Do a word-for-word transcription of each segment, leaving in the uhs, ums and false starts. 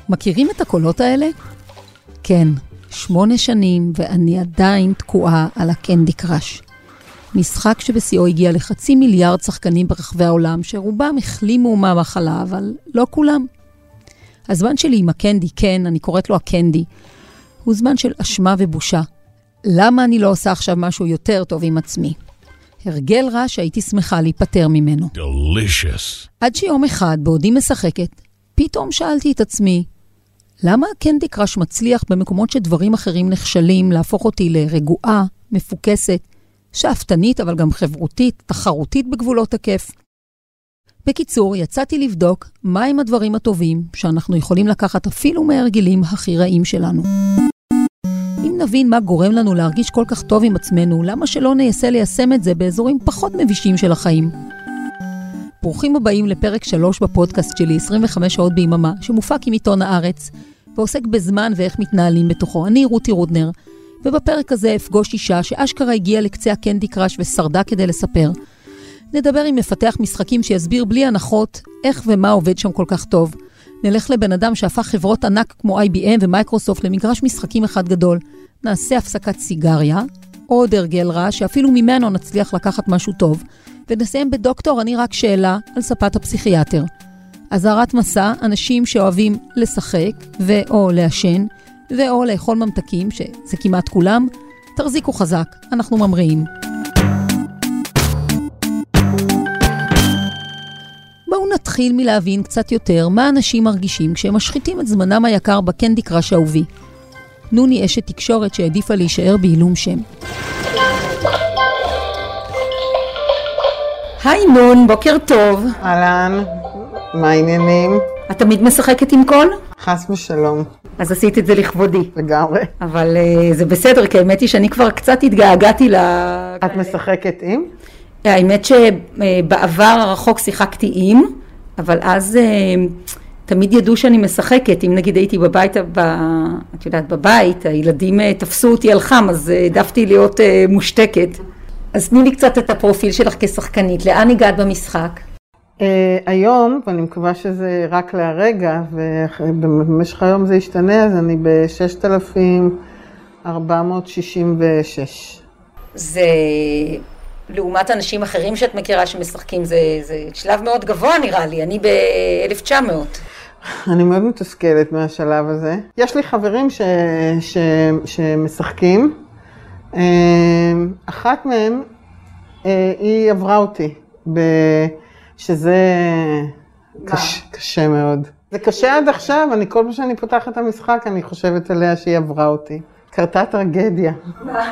מכירים את הקולות האלה? כן, שמונה שנים ואני עדיין תקועה על הקנדי קראש. משחק שבשיאו הגיע לחצי מיליארד שחקנים ברחבי העולם, שרובם החלימו מהמחלה, אבל לא כולם. הזמן שלי עם הקנדי, כן, אני קוראת לו הקנדי, הוא זמן של אשמה ובושה. למה אני לא עושה עכשיו משהו יותר טוב עם עצמי? הרגל רע שהייתי שמחה להיפטר ממנו. Delicious. עד שיום אחד, בעודי משחקת, פתאום שאלתי את עצמי, למה הקנדי קראש מצליח במקומות שדברים אחרים נכשלים, להפוך אותי לרגועה, מפוקסת, שאפתנית אבל גם חברותית, תחרותית בגבולות הכיף? בקיצור, יצאתי לבדוק מהם הדברים הטובים שאנחנו יכולים לקחת אפילו מהרגילים הכי רעים שלנו. אם נבין מה גורם לנו להרגיש כל כך טוב עם עצמנו, למה שלא נעשה ליישם את זה באזורים פחות מבישים של החיים? ברוכים הבאים לפרק שלוש בפודקאסט שלי, עשרים וחמש שעות ביממה, שמופק עם עיתון הארץ, ועוסק בזמן ואיך מתנהלים בתוכו. אני רותי רודנר, ובפרק הזה אפגוש אישה שאשכרה הגיעה לקצה הקנדי קראש ושרדה כדי לספר. נדבר עם מפתח משחקים שיסביר בלי הנחות איך ומה עובד שם כל כך טוב. נלך לבן אדם שהפך חברות ענק כמו איי בי אם ומייקרוסופט למגרש משחקים אחד גדול. נעשה הפסקת סיגריה, עוד הרגל רע שאפילו ממנו נצליח לקחת משהו טוב, ונסיים בדוקטור אני רק שאלה על ספת הפסיכיאטר. אזהרת מסע, אנשים שאוהבים לשחק ואו לעשן ואו לאכול ממתקים, שזה כמעט כולם, תחזיקו חזק, אנחנו ממריאים. בואו נתחיל מלהבין קצת יותר מה אנשים מרגישים כשהם משחיתים את זמנם היקר בקנדי קראש האהובי. נוני אשת תקשורת שהעדיפה להישאר בעילום שם. היי נון, בוקר טוב. אהלן, מה העניינים? את תמיד משחקת עם קול? חס ושלום. אז עשית את זה לכבודי. לגמרי. אבל uh, זה בסדר, כי האמת היא שאני כבר קצת התגעגעתי ל... את משחקת עם? האמת שבעבר הרחוק שיחקתי עם, אבל אז תמיד ידעו שאני משחקת. אם נגיד הייתי בבית, את יודעת, בבית, הילדים תפסו אותי על חם, אז העדפתי להיות מושתקת. אז תני לי קצת את הפרופיל שלך כשחקנית. לאן הגעת במשחק? היום, ואני מקווה שזה רק להרגע, ובמשך היום זה ישתנה, אז אני ב-ששת אלפים ארבע מאות שישים ושש. זה... לעומת אנשים אחרים שאת מכירה שמשחקים, זה, זה שלב מאוד גבוה נראה לי, אני ב-אלף תשע מאות. אני מאוד מתוסכלת מהשלב הזה. יש לי חברים ש, ש, שמשחקים, אחת מהם, היא עברה אותי, שזה קש, קשה מאוד. זה קשה עד עכשיו, אני כל פעם שאני פותחת את המשחק, אני חושבת עליה שהיא עברה אותי. קרתה טרגדיה. מה?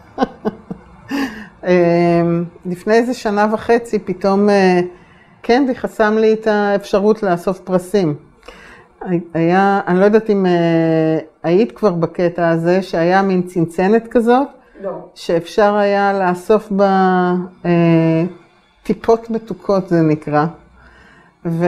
לפני איזה שנה וחצי פתאום קנדי חסם לי את האפשרות לאסוף פרסים. היה, אני לא יודעת אם היית כבר בקטע הזה, שהיה מין צנצנת כזאת, לא. שאפשר היה לאסוף בה טיפות מתוקות זה נקרא, והוא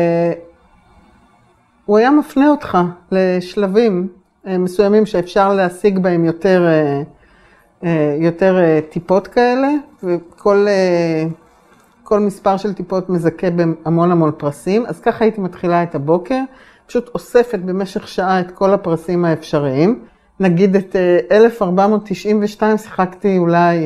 היה מפנה אותך לשלבים מסוימים שאפשר להשיג בהם יותר יותר טיפות כאלה, וכל כל מספר של טיפות מזכה בהמון המון פרסים. אז ככה הייתי מתחילה את הבוקר, פשוט אוספת במשך שעה את כל הפרסים האפשריים. נגיד את אלף ארבע מאות תשעים ושתיים שיחקתי אולי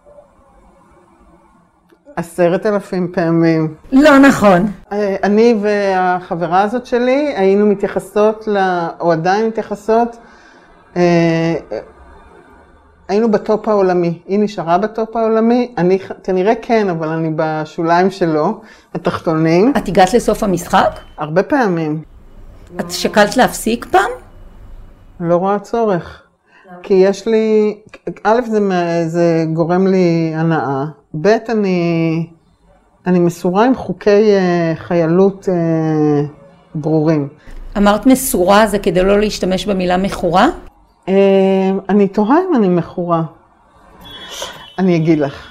עשרת אלפים פעמים. לא נכון. אני והחברה הזאת שלי היינו מתייחסות, או עדיין מתייחסות, היינו בטופ העולמי, היא נשארה בטופ העולמי, אני כנראה כן, אבל אני בשוליים שלו, התחתונים. את הגעת לסוף המשחק? הרבה פעמים. את שקלת להפסיק פעם? לא רואה צורך. כי יש לי, א' זה, זה גורם לי הנאה, ב' אני, אני מסורה עם חוקי חיילות ברורים. אמרת מסורה זה כדי לא להשתמש במילה מכורה? אני תוהה אם אני מכורה. אני אגיד לך.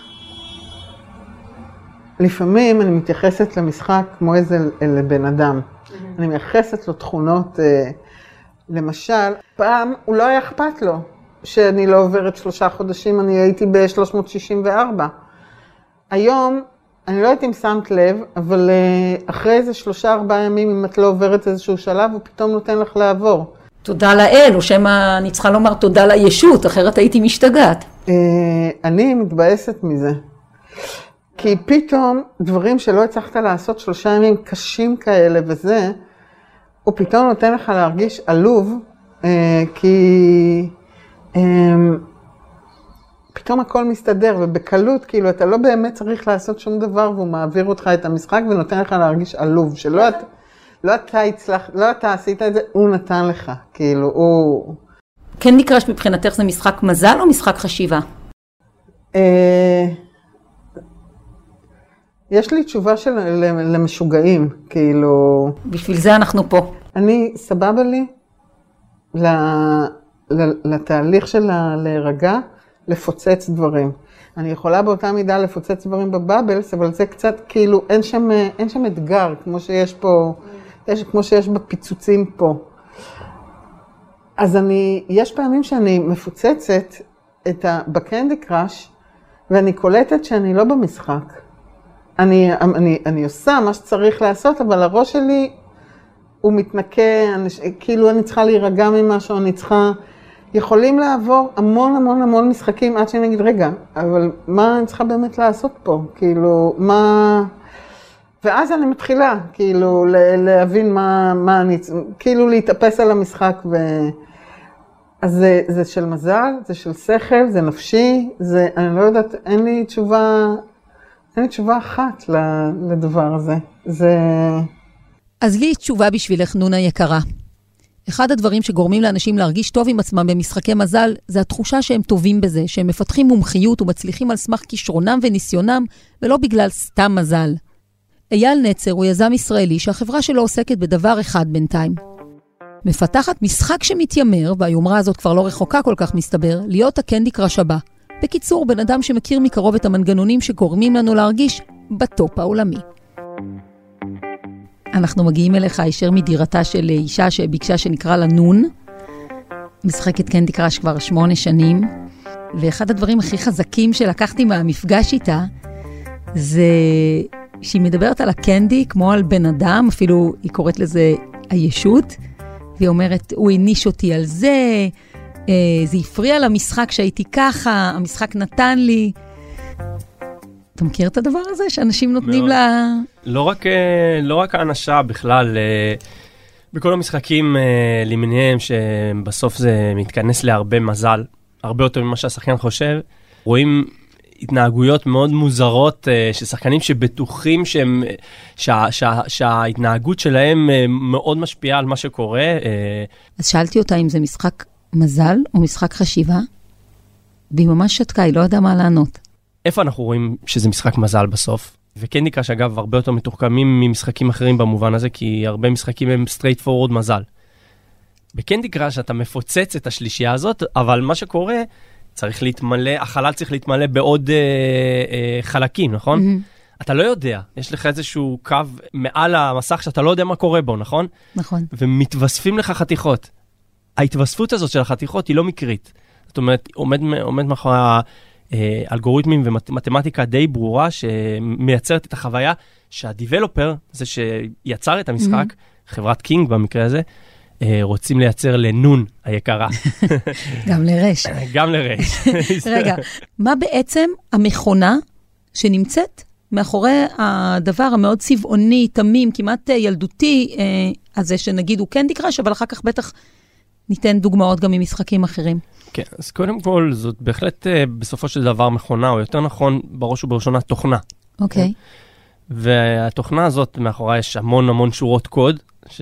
לפעמים אני מתייחסת למשחק כמו איזה לבן אדם. אני מייחסת לו תכונות, למשל, פעם הוא לא היה אכפת לו שאני לא עוברת שלושה חודשים, אני הייתי ב-שלוש מאות שישים וארבע. היום אני לא יודעת אם שמת לב, אבל אחרי איזה שלושה ארבעה ימים, אם את לא עוברת איזשהו שלב, הוא פתאום נותן לך לעבור. תודה לאל, או שמה אני צריכה לומר תודה לישות, אחרת הייתי משתגעת. אני מתבאסת מזה. כי פתאום דברים שלא הצלחת לעשות שלושה ימים קשים כאלה וזה, הוא פתאום נותן לך להרגיש עלוב, כי פתאום הכל מסתדר, ובקלות, כאילו אתה לא באמת צריך לעשות שום דבר, והוא מעביר אותך את המשחק ונותן לך להרגיש עלוב, שלא אתה, לא אתה הצלח, לא אתה עשית את זה, הוא נתן לך, כאילו, הוא... כן נקרש מבחינתך זה משחק מזל או משחק חשיבה? יש לי תשובה של למשוגעים, כאילו... בשביל זה אנחנו פה. אני, סבבה לי, לתהליך של להירגע, לפוצץ דברים. אני יכולה באותה מידה לפוצץ דברים בבאבלס, אבל זה קצת כאילו, אין שם, אין שם אתגר, כמו שיש פה, יש, כמו שיש בפיצוצים פה. אז אני, יש פעמים שאני מפוצצת את ה, בקנדי קראש, ואני קולטת שאני לא במשחק. אני, אני, אני עושה מה שצריך לעשות, אבל הראש שלי הוא מתנקה, אני, כאילו אני צריכה להירגע ממשהו, אני צריכה... יכולים לעבור המון המון המון משחקים עד שאני אגיד, רגע, אבל מה אני צריכה באמת לעשות פה? כאילו, מה... ואז אני מתחילה, כאילו, להבין מה, מה אני... כאילו, להתאפס על המשחק ו... אז זה, זה של מזל, זה של שכל, זה נפשי, זה... אני לא יודעת, אין לי תשובה... אין לי תשובה אחת לדבר הזה. זה... אז לי תשובה בשבילך, נונה יקרה. אחד הדברים שגורמים לאנשים להרגיש טוב עם עצמם במשחקי מזל, זה התחושה שהם טובים בזה, שהם מפתחים מומחיות ומצליחים על סמך כישרונם וניסיונם, ולא בגלל סתם מזל. אייל נצר הוא יזם ישראלי שהחברה שלו עוסקת בדבר אחד בינתיים. מפתחת משחק שמתיימר, והיומרה הזאת כבר לא רחוקה כל כך מסתבר, להיות הקנדי קראש הבא. בקיצור, בן אדם שמכיר מקרוב את המנגנונים שגורמים לנו להרגיש בטופ העולמי. אנחנו מגיעים אליך הישר מדירתה של אישה שביקשה שנקרא לה נון. משחקת קנדי קראש כבר שמונה שנים. ואחד הדברים הכי חזקים שלקחתי מהמפגש איתה, זה שהיא מדברת על הקנדי כמו על בן אדם, אפילו היא קוראת לזה הישות, והיא אומרת, הוא הניש אותי על זה, זה הפריע למשחק שהייתי ככה, המשחק נתן לי. אתה מכיר את הדבר הזה שאנשים נותנים לה... לא רק, לא רק האנשה בכלל, בכל המשחקים למיניהם שבסוף זה מתכנס להרבה מזל, הרבה יותר ממה שהשחקן חושב, רואים התנהגויות מאוד מוזרות של שחקנים שבטוחים שהם, שה, שה, שההתנהגות שלהם מאוד משפיעה על מה שקורה. אז שאלתי אותה אם זה משחק מזל או משחק חשיבה, והיא ממש שתקה, היא לא יודע מה לענות. איפה אנחנו רואים שזה משחק מזל בסוף? וקנדי קראש, אגב, הרבה יותר מתוחכמים ממשחקים אחרים במובן הזה, כי הרבה משחקים הם straight forward מזל. בקנדי קראש אתה מפוצץ את השלישייה הזאת, אבל מה שקורה, צריך להתמלא, החלל צריך להתמלא בעוד אה, אה, חלקים, נכון? Mm-hmm. אתה לא יודע, יש לך איזשהו קו מעל המסך שאתה לא יודע מה קורה בו, נכון? נכון. ומתווספים לך חתיכות. ההתווספות הזאת של החתיכות היא לא מקרית. זאת אומרת, עומד, עומד מאחורי אלגוריתמים ומתמטיקה די ברורה שמייצרת את החוויה שהדיבלופר, זה שיצר את המשחק, mm-hmm. חברת קינג במקרה הזה, רוצים לייצר לנון היקרה. גם לרש. גם לרש. רגע, מה בעצם המכונה שנמצאת מאחורי הדבר המאוד צבעוני, תמים, כמעט ילדותי, הזה שנגיד הוא קנדי קראש, אבל אחר כך בטח ניתן דוגמאות גם ממשחקים אחרים. כן, אז קודם כל, זאת בהחלט בסופו של דבר מכונה, או יותר נכון, בראש ובראשונה, תוכנה. אוקיי. והתוכנה הזאת, מאחורי יש המון המון שורות קוד,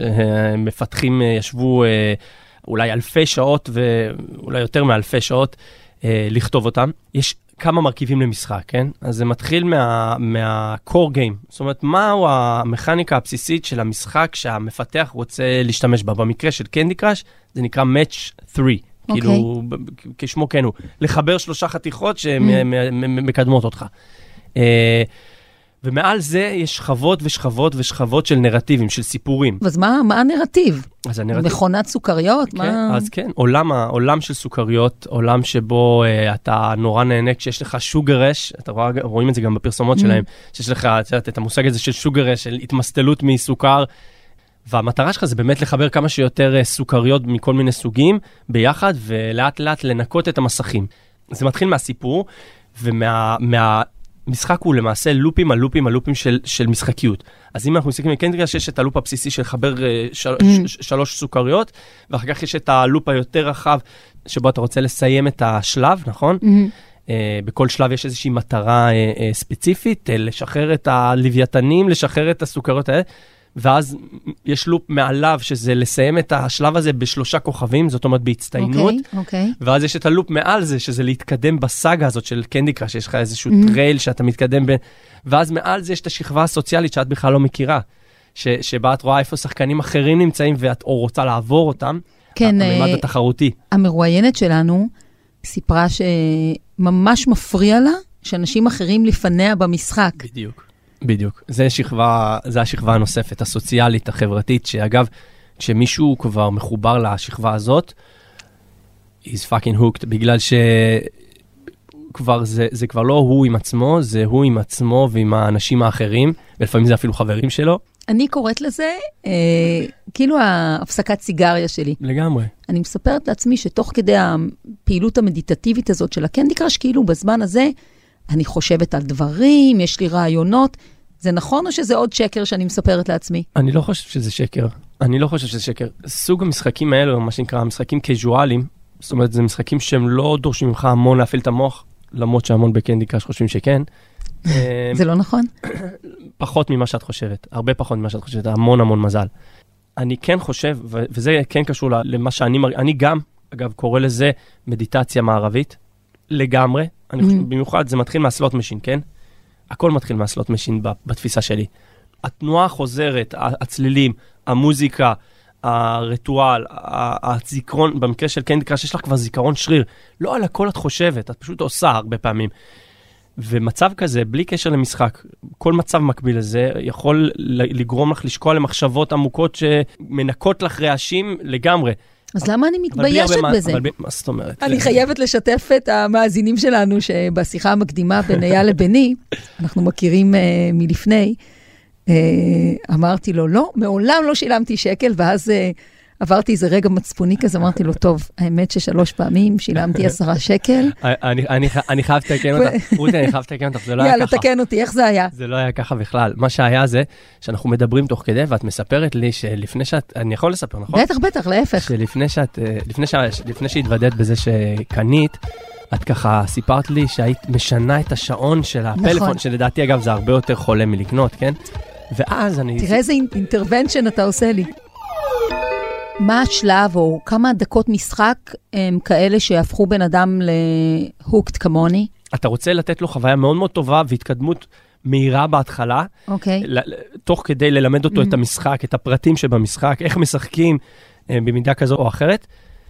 שמפתחים ישבו אולי אלפי שעות, ואולי יותר מאלפי שעות, לכתוב אותם. יש כמה מרכיבים למשחק, כן? אז זה מתחיל מה, מה-core game. זאת אומרת, מהו המכניקה הבסיסית של המשחק שהמפתח רוצה להשתמש בה? במקרה של קנדי קראש, זה נקרא match three. Okay. כאילו, כשמו כן הוא. לחבר שלושה חתיכות שמקדמות אותך. ומעל זה יש שכבות ושכבות ושכבות של נרטיבים, של סיפורים. אז מה, מה הנרטיב? אז הנרטיב... מכונת סוכריות? כן, מה... אז כן, עולם, עולם של סוכריות, עולם שבו uh, אתה נורא נהנה כשיש לך שוגרש, אתה רואה, רואים את זה גם בפרסומות mm. שלהם, שיש לך את, את המושג הזה של שוגרש, של התמסטלות מסוכר, והמטרה שלך זה באמת לחבר כמה שיותר uh, סוכריות מכל מיני סוגים ביחד, ולאט לאט לנקות את המסכים. זה מתחיל מהסיפור, ומה... מה, משחק הוא למעשה לופים על לופים על לופים של, של משחקיות. אז אם אנחנו מסתכלים, כן תראה שיש את הלופ הבסיסי של חבר של, mm. ש, שלוש סוכריות, ואחר כך יש את הלופ היותר רחב, שבו אתה רוצה לסיים את השלב, נכון? Mm. Uh, בכל שלב יש איזושהי מטרה uh, uh, ספציפית, uh, לשחרר את הלוויתנים, לשחרר את הסוכריות האלה, ואז יש לופ מעליו, שזה לסיים את השלב הזה בשלושה כוכבים, זאת אומרת בהצטיינות, okay, okay. ואז יש את הלופ מעל זה, שזה להתקדם בסאגה הזאת של קנדי קראש, שיש לך איזשהו mm-hmm. טרייל שאתה מתקדם ב... ואז מעל זה יש את השכבה הסוציאלית שאת בכלל לא מכירה, ש... שבה את רואה איפה שחקנים אחרים נמצאים, ואת או רוצה לעבור אותם, כן, הממד התחרותי. המרואיינת שלנו סיפרה שממש מפריע לה, שאנשים אחרים לפניה במשחק. בדיוק. בדיוק. זה שכבה, זה השכבה הנוספת, הסוציאלית, החברתית, שאגב, כשמישהו כבר מחובר לשכבה הזאת, he's fucking hooked, בגלל שכבר זה, זה כבר לא הוא עם עצמו, זה הוא עם עצמו ועם האנשים האחרים, ולפעמים זה אפילו חברים שלו. אני קוראת לזה, אה, כאילו ההפסקת סיגריה שלי. לגמרי. אני מספרת לעצמי שתוך כדי הפעילות המדיטטיבית הזאת של הקנדי קראש, כאילו בזמן הזה, אני חושבת על דברים, יש לי רעיונות. זה נכון או שזה עוד שקר שאני מספרת לעצמי? אני לא חושב שזה שקר. אני לא חושב שזה שקר. סוג המשחקים האלו, מה שנקרא, משחקים קזואליים, זאת אומרת, זה משחקים שהם לא דורשים ממך המון להפעיל את המוח, למרות שהמון בקנדי קראש חושבים שכן. זה לא נכון? פחות ממה שאת חושבת. הרבה פחות ממה שאת חושבת. המון המון מזל. אני כן חושב, וזה כן קשור למה שאני מרגיש, אני גם, אגב, קורא לזה מדיטציה מערבית. לגמרי. אני חושב, במיוחד זה מתחיל מהסלוט משין, כן? הכל מתחיל מהסלוט משין בתפיסה שלי. התנועה חוזרת, הצלילים, המוזיקה, הריטואל, הזיכרון, במקרה של קנדי קראש, יש לך כבר זיכרון שריר. לא על הכל את חושבת, את פשוט עושה הרבה פעמים. ומצב כזה, בלי קשר למשחק, כל מצב מקביל לזה, יכול לגרום לך לשקוע למחשבות עמוקות שמנקות לך רעשים לגמרי. אז למה אני מתביישת בזה? אבל מה זאת אומרת? אני חייבת לשתף את המאזינים שלנו, שבשיחה המקדימה בין אייל לביני, אנחנו מכירים מלפני, אמרתי לו, לא, מעולם לא שילמתי שקל, ואז עברתי איזה רגע מצפוני כזה, אמרתי לו, טוב, האמת ששלוש פעמים שילמתי עשרה שקל. אני חייב לתקן אותך, רותי, אני חייב לתקן אותך, זה לא היה ככה. יאללה, תקן אותי, איך זה היה? זה לא היה ככה בכלל. מה שהיה זה, שאנחנו מדברים תוך כדי, ואת מספרת לי שלפני שאת, אני יכול לספר, נכון? בטח, בטח, להפך. שלפני שאת, לפני שהתוודעת בזה שקנית, את ככה סיפרת לי שהיית משנה את השעון של הפלאפון, שלדעתי אגב זה הרבה יותר חולה מלקנות, כן? ואז אני... תראה איזה אינטרוונשן אתה עושה לי. מה השלב או כמה דקות משחק הם כאלה שהפכו בן אדם להוקט כמוני? אתה רוצה לתת לו חוויה מאוד מאוד טובה והתקדמות מהירה בהתחלה. אוקיי. תוך כדי ללמד אותו את המשחק, את הפרטים שבמשחק, איך משחקים במידה כזו או אחרת.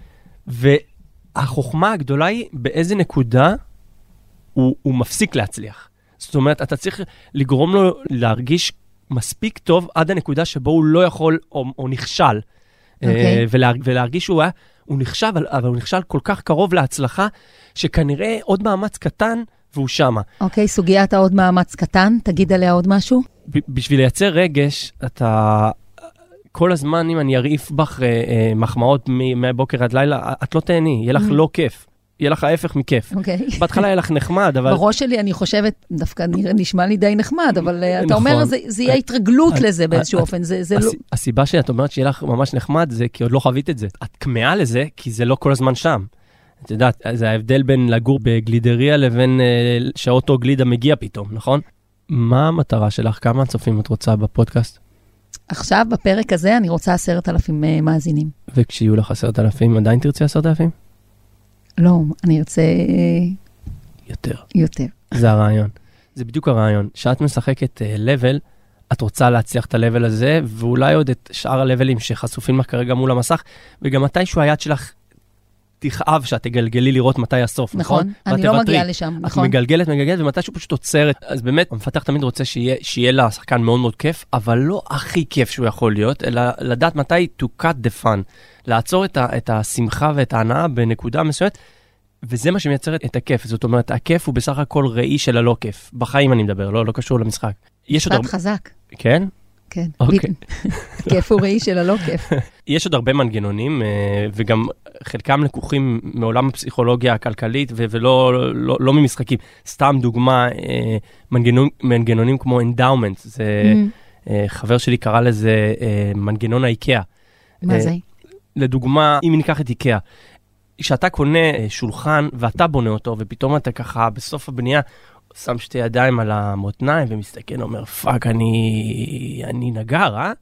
והחוכמה הגדולה היא באיזה נקודה הוא, הוא מפסיק להצליח. זאת אומרת, אתה צריך לגרום לו להרגיש מספיק טוב עד הנקודה שבו הוא לא יכול או, או נכשל. Okay. ולה, ולהרגיש שהוא היה, הוא נחשב, אבל הוא נכשל כל כך קרוב להצלחה, שכנראה עוד מאמץ קטן, והוא שמה. אוקיי, okay, סוגיית העוד מאמץ קטן, תגיד עליה עוד משהו? ב- בשביל לייצר רגש, אתה, כל הזמן, אם אני ארעיף בך אה, אה, מחמאות מהבוקר עד לילה, את לא תהני, יהיה לך mm-hmm. לא כיף. יהיה לך ההפך מכיף. אוקיי. בהתחלה יהיה לך נחמד, אבל... בראש שלי אני חושבת, דווקא נשמע לי די נחמד, אבל אתה אומר, זה יהיה התרגלות לזה באיזשהו אופן, זה לא... הסיבה שאת אומרת שיהיה לך ממש נחמד, זה כי עוד לא חווית את זה. את כמאה לזה, כי זה לא כל הזמן שם. את יודעת, זה ההבדל בין לגור בגלידריה לבין שהאוטו גלידה מגיע פתאום, נכון? מה המטרה שלך? כמה צופים את רוצה בפודקאסט? עכשיו, בפרק הזה, אני רוצה עשרת אלפים מאזינים. וכשיהיו לך עשרת אלפים, עדיין תרצי עשרת אלפים? לא, אני ארצה... יותר. יותר. זה הרעיון. זה בדיוק הרעיון. שאת משחקת לבל, את רוצה להצליח את הלבל הזה, ואולי עוד את שאר הלבלים שחשופים לך כרגע מול המסך, וגם מתישהו היד שלך תכאב שאת תגלגלי לראות מתי הסוף, נכון? נכון, אני לא מגיעה לשם, נכון. את מגלגלת, מגלגלת, ומתי שהוא פשוט עוצרת. אז באמת, המפתח תמיד רוצה שיהיה, שיהיה לה שחקן מאוד מאוד כיף, אבל לא הכי כיף שהוא יכול להיות, אלא לדעת מתי to cut the fun, לעצור את, ה, את השמחה ואת ההנאה בנקודה מסוימת, וזה מה שמייצר את הכיף. זאת אומרת, הכיף הוא בסך הכל ראי של הלא כיף. בחיים אני מדבר, לא, לא קשור למשחק. משפט חזק. כן? כן. אוקיי. כיף הוא ראי של הלא כיף. יש עוד הרבה מנגנונים, וגם חלקם לקוחים מעולם הפסיכולוגיה הכלכלית, ולא לא, לא ממשחקים. סתם דוגמה, מנגנון, מנגנונים כמו endowment, זה חבר שלי קרא לזה מנגנון האיקאה. מה זה? לדוגמה, אם ניקח את איקאה, כשאתה קונה שולחן ואתה בונה אותו, ופתאום אתה ככה בסוף הבנייה, שם שתי ידיים על המותניים ומסתכל, אומר, פאק, אני, אני נגר, אה?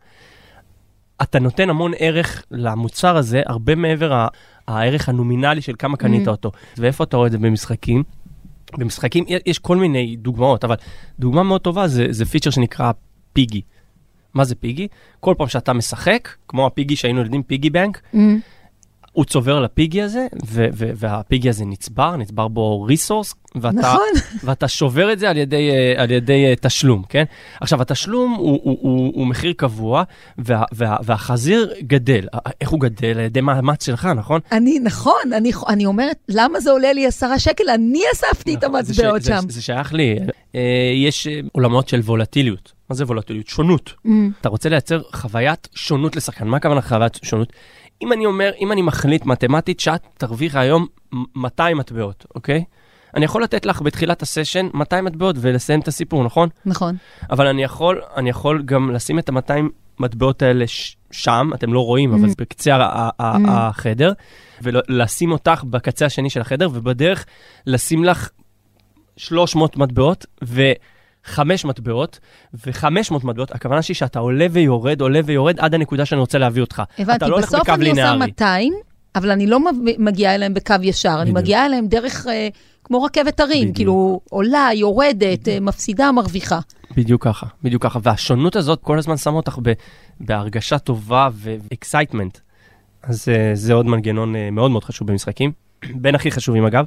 אתה נותן המון ערך למוצר הזה, הרבה מעבר הערך הנומינלי של כמה קנית אותו. ואיפה אתה רואה את זה במשחקים? במשחקים יש כל מיני דוגמאות, אבל דוגמה מאוד טובה זה, זה פיצ'ר שנקרא פיגי. מה זה פיגי? כל פעם שאתה משחק, כמו הפיגי שהיינו יודעים, פיגי בנק, הוא צובר לפיגי הזה, ו- ו- והפיגי הזה נצבר, נצבר בו ריסורס, ואתה, נכון. ואתה שובר את זה על ידי, על ידי תשלום, כן? עכשיו, התשלום הוא, הוא, הוא, הוא מחיר קבוע, וה, וה, והחזיר גדל. איך הוא גדל? על ידי מאמץ שלך, נכון? אני, נכון, אני, אני אומרת, למה זה עולה לי עשרה שקל? אני אספתי את המטבעות שם. זה, זה שייך לי. יש עולמות של וולטיליות. מה זה וולטיליות? שונות. Mm. אתה רוצה לייצר חוויית שונות לשחקן. מה הכוונה חוויית שונות? אם אני אומר, אם אני מחליט מתמטית שאת תרוויח היום מאתיים מטבעות, אוקיי? אני יכול לתת לך בתחילת הסשן מאתיים מטבעות ולסיים את הסיפור, נכון? נכון. אבל אני יכול, אני יכול גם לשים את ה-מאתיים מטבעות האלה שם, אתם לא רואים, אבל זה בקצה החדר, ולשים אותך בקצה השני של החדר, ובדרך לשים לך שלוש מאות מטבעות, ו... חמש מטבעות, וחמש מאות מטבעות, הכוונה שהיא שאתה עולה ויורד, עולה ויורד, עד הנקודה שאני רוצה להביא אותך. הבנתי, לא בסוף אני עושה מאתיים, אבל אני לא מגיעה אליהם בקו ישר, בדיוק. אני מגיעה אליהם דרך, אה, כמו רכבת הרים, בדיוק. כאילו עולה, יורדת, אה, מפסידה, מרוויחה. בדיוק ככה, בדיוק ככה, והשונות הזאת כל הזמן שמה אותך ב, בהרגשה טובה ו-excitement. אז אה, זה עוד מנגנון אה, מאוד מאוד חשוב במשחקים, בין הכי חשובים אגב.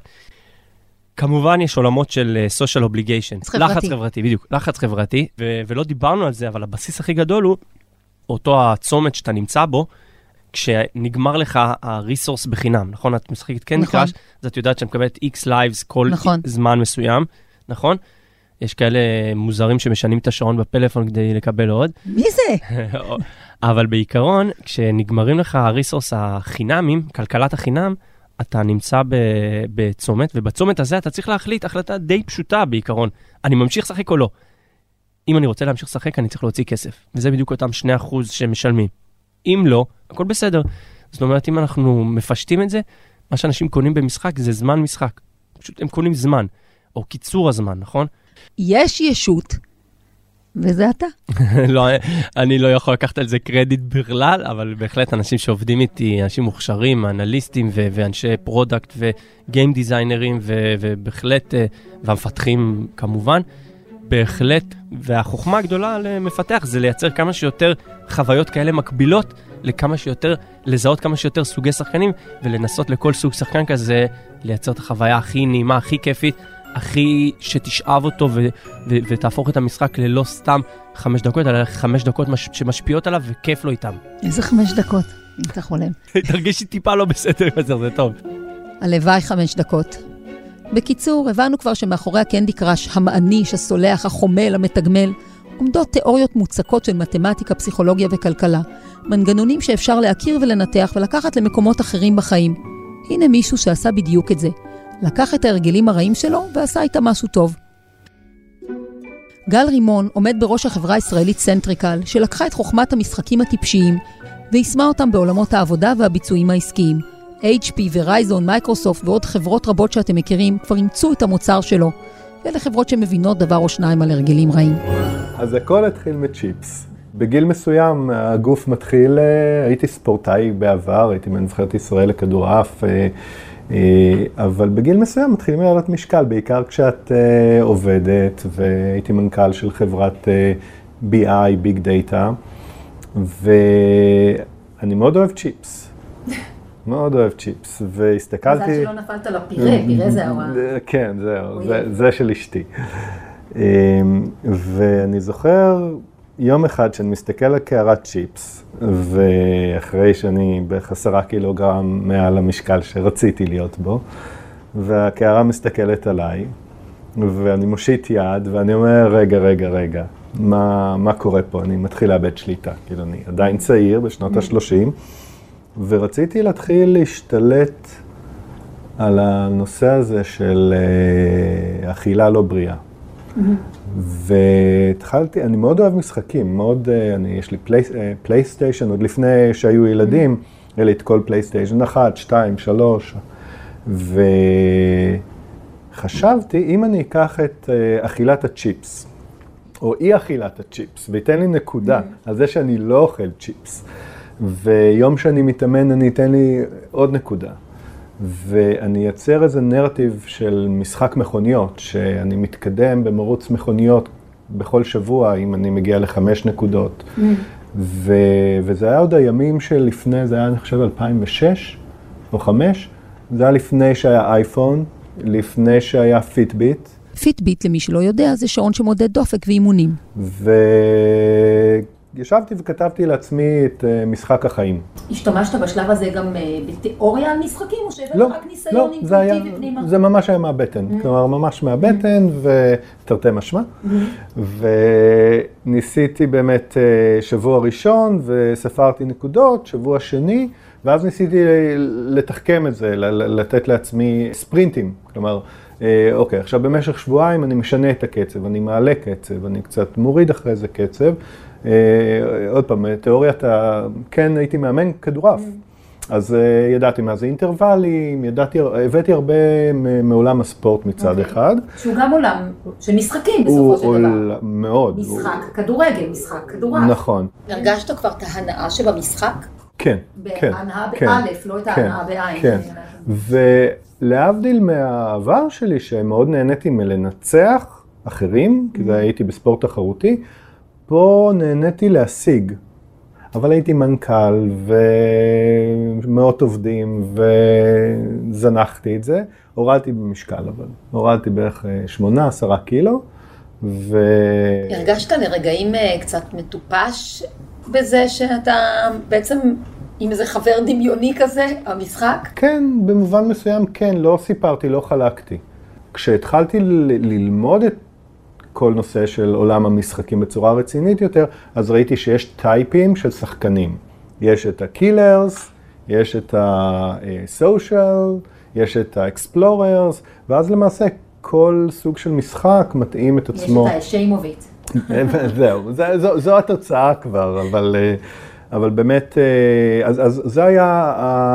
כמובן יש עולמות של social obligation. לחץ חברתי, בדיוק. לחץ חברתי, ו- ולא דיברנו על זה, אבל הבסיס הכי גדול הוא אותו הצומת שאתה נמצא בו, כשנגמר לך הריסורס בחינם, נכון? את משחקת כן נקרש, אז את יודעת שאת מקבלת X lives כל נכון. זמן מסוים, נכון? יש כאלה מוזרים שמשנים את השעון בפלאפון כדי לקבל עוד. מי זה? אבל בעיקרון, כשנגמרים לך הריסורס החינמים, כלכלת החינם, אתה נמצא בצומת, ובצומת הזה אתה צריך להחליט החלטה די פשוטה בעיקרון. אני ממשיך לשחק או לא? אם אני רוצה להמשיך לשחק, אני צריך להוציא כסף. וזה בדיוק אותם שני אחוז שמשלמים. אם לא, הכל בסדר. זאת אומרת, אם אנחנו מפשטים את זה, מה שאנשים קונים במשחק זה זמן משחק. פשוט הם קונים זמן, או קיצור הזמן, נכון? יש ישות, וזה אתה. לא, אני לא יכול לקחת על זה קרדיט בכלל, אבל בהחלט אנשים שעובדים איתי, אנשים מוכשרים, אנליסטים ו- ואנשי פרודקט וגיים דיזיינרים, ו- ובהחלט, והמפתחים כמובן, בהחלט, והחוכמה הגדולה למפתח זה לייצר כמה שיותר חוויות כאלה מקבילות, לכמה שיותר, לזהות כמה שיותר סוגי שחקנים, ולנסות לכל סוג שחקן כזה, לייצר את החוויה הכי נעימה, הכי כיפית, הכי שתשאב אותו ו- ו- ותהפוך את המשחק ללא סתם חמש דקות, אלא חמש דקות מש- שמשפיעות עליו וכיף לו איתם. איזה חמש דקות, אם אתה חולם. תרגישי טיפה לא בסדר, זה טוב. הלוואי חמש דקות. בקיצור, הבנו כבר שמאחורי הקנדי קראש, המעניש, הסולח, החומל, המתגמל, עומדות תיאוריות מוצקות של מתמטיקה, פסיכולוגיה וכלכלה. מנגנונים שאפשר להכיר ולנתח ולקחת למקומות אחרים בחיים. הנה מישהו שעשה בדיוק את זה. לקח את ההרגלים הרעים שלו ועשה איתה משהו טוב. גל רימון עומד בראש החברה הישראלית סנטריקל, שלקחה את חוכמת המשחקים הטיפשיים, והשמה אותם בעולמות העבודה והביצועים העסקיים. אייץ' פי ורייזון, מייקרוסופט ועוד חברות רבות שאתם מכירים כבר אימצו את המוצר שלו. ואלה חברות שמבינות דבר או שניים על הרגלים רעים. אז הכל התחיל מצ'יפס. בגיל מסוים הגוף מתחיל, הייתי ספורטאי בעבר, הייתי מנבחרת ישראל לכדורעף, אבל בגיל מסוים מתחילים לעלות משקל, בעיקר כשאת עובדת, והייתי מנכ"ל של חברת בי איי, ביג דאטה, ואני מאוד אוהב צ'יפס. מאוד אוהב צ'יפס, והסתכלתי... מזל שלא נפלת לפירה, פירה זה הרע. כן, זהו, זה, זה של אשתי. ואני זוכר יום אחד שאני מסתכל על קערת צ'יפס, ואחרי שאני בחסרה קילוגרם מעל המשקל שרציתי להיות בו, והקערה מסתכלת עליי, ואני מושיט יד, ואני אומר, רגע, רגע, רגע, מה, מה קורה פה? אני מתחיל לאבד שליטה, כאילו אני עדיין צעיר בשנות ה-שלושים, ורציתי להתחיל להשתלט על הנושא הזה של uh, אכילה לא בריאה. Mm-hmm. והתחלתי, אני מאוד אוהב משחקים, מאוד, uh, אני, יש לי פלי, uh, פלייסטיישן, עוד לפני שהיו ילדים, mm-hmm. היה לי את כל פלייסטיישן, אחת, שתיים, שלוש, וחשבתי, אם אני אקח את uh, אכילת הצ'יפס, או אי אכילת הצ'יפס, ויתן לי נקודה mm-hmm. על זה שאני לא אוכל צ'יפס, ויום שאני מתאמן אני אתן לי עוד נקודה. ואני אייצר איזה נרטיב של משחק מכוניות, שאני מתקדם במרוץ מכוניות בכל שבוע, אם אני מגיע לחמש נקודות. Mm. ו... וזה היה עוד הימים שלפני, זה היה אני חושב אלפיים ושש או חמש, זה היה לפני שהיה אייפון, לפני שהיה פיטביט. פיטביט, למי שלא יודע, זה שעון שמודד דופק ואימונים. ו... ישבתי וכתבתי לעצמי את uh, משחק החיים. השתמשת בשלב הזה גם uh, בתיאוריה על משחקים, או שהבאת לא, רק ניסיון אינטואיטיבי לא, פנימה? זה ממש היה מהבטן, mm-hmm. כלומר ממש מהבטן mm-hmm. ותרתי משמע. Mm-hmm. וניסיתי באמת uh, שבוע ראשון וספרתי נקודות, שבוע שני, ואז ניסיתי לתחכם את זה, לתת לעצמי ספרינטים, כלומר, אוקיי, עכשיו במשך שבועיים אני משנה את הקצב, אני מעלה קצב, אני קצת מוריד אחרי זה קצב. עוד פעם, תיאוריית, כן הייתי מאמן כדורעף, אז ידעתי מה זה אינטרוולים, ידעתי, הבאתי הרבה מעולם הספורט מצד אחד. שהוא גם עולם של משחקים בסופו של דבר. מאוד. משחק כדורגל, משחק כדורעף. נכון. הרגשת כבר את ההנאה שבמשחק? כן, כן. בהנאה באלף, לא את ההנאה בעין. כן, ולהבדיל מהעבר שלי, שמאוד נהניתי מלנצח אחרים, כי הייתי בספורט תחרותי, פה נהניתי להשיג, אבל הייתי מנכ"ל ומאות עובדים וזנחתי את זה, הורדתי במשקל אבל, הורדתי בערך שמונה, עשרה קילו ו... הרגשת לרגעים קצת מטופש בזה שאתה בעצם עם איזה חבר דמיוני כזה, המשחק? כן, במובן מסוים כן, לא סיפרתי, לא חלקתי. כשהתחלתי ל- ללמוד את כל נושא של עולם המשחקים בצורה רצינית יותר, אז ראיתי שיש טייפים של שחקנים. יש את הקילרס, יש את הסושיאל, יש את האקספלוררס, ואז למעשה כל סוג של משחק מתאים את עצמו. יש את השיימוביט. זהו, זו, זו, זו התוצאה כבר, אבל, אבל באמת, אז, אז זה היה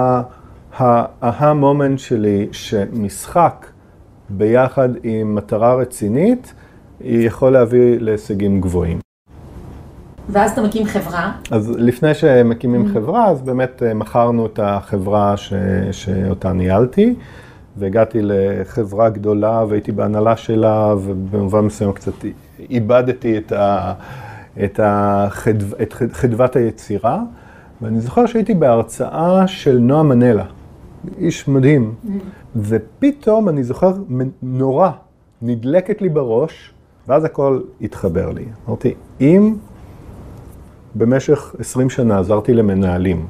ה-moment שלי, שמשחק ביחד עם מטרה רצינית, היא יכול להביא להישגים גבוהים. ואז אתה מקים חברה? אז לפני שמקימים חברה, אז באמת מכרנו את החברה ש... שאותה ניהלתי, והגעתי לחברה גדולה והייתי בהנהלה שלה, ובמובן מסוים קצת איבדתי את, ה... את, החדו... את חדוות היצירה, ואני זוכר שהייתי בהרצאה של נועה מנלה, איש מדהים, ופתאום אני זוכר נורא, נדלקת לי בראש, ואז הכל התחבר לי. אמרתי, אם במשך עשרים שנה עזרתי למנהלים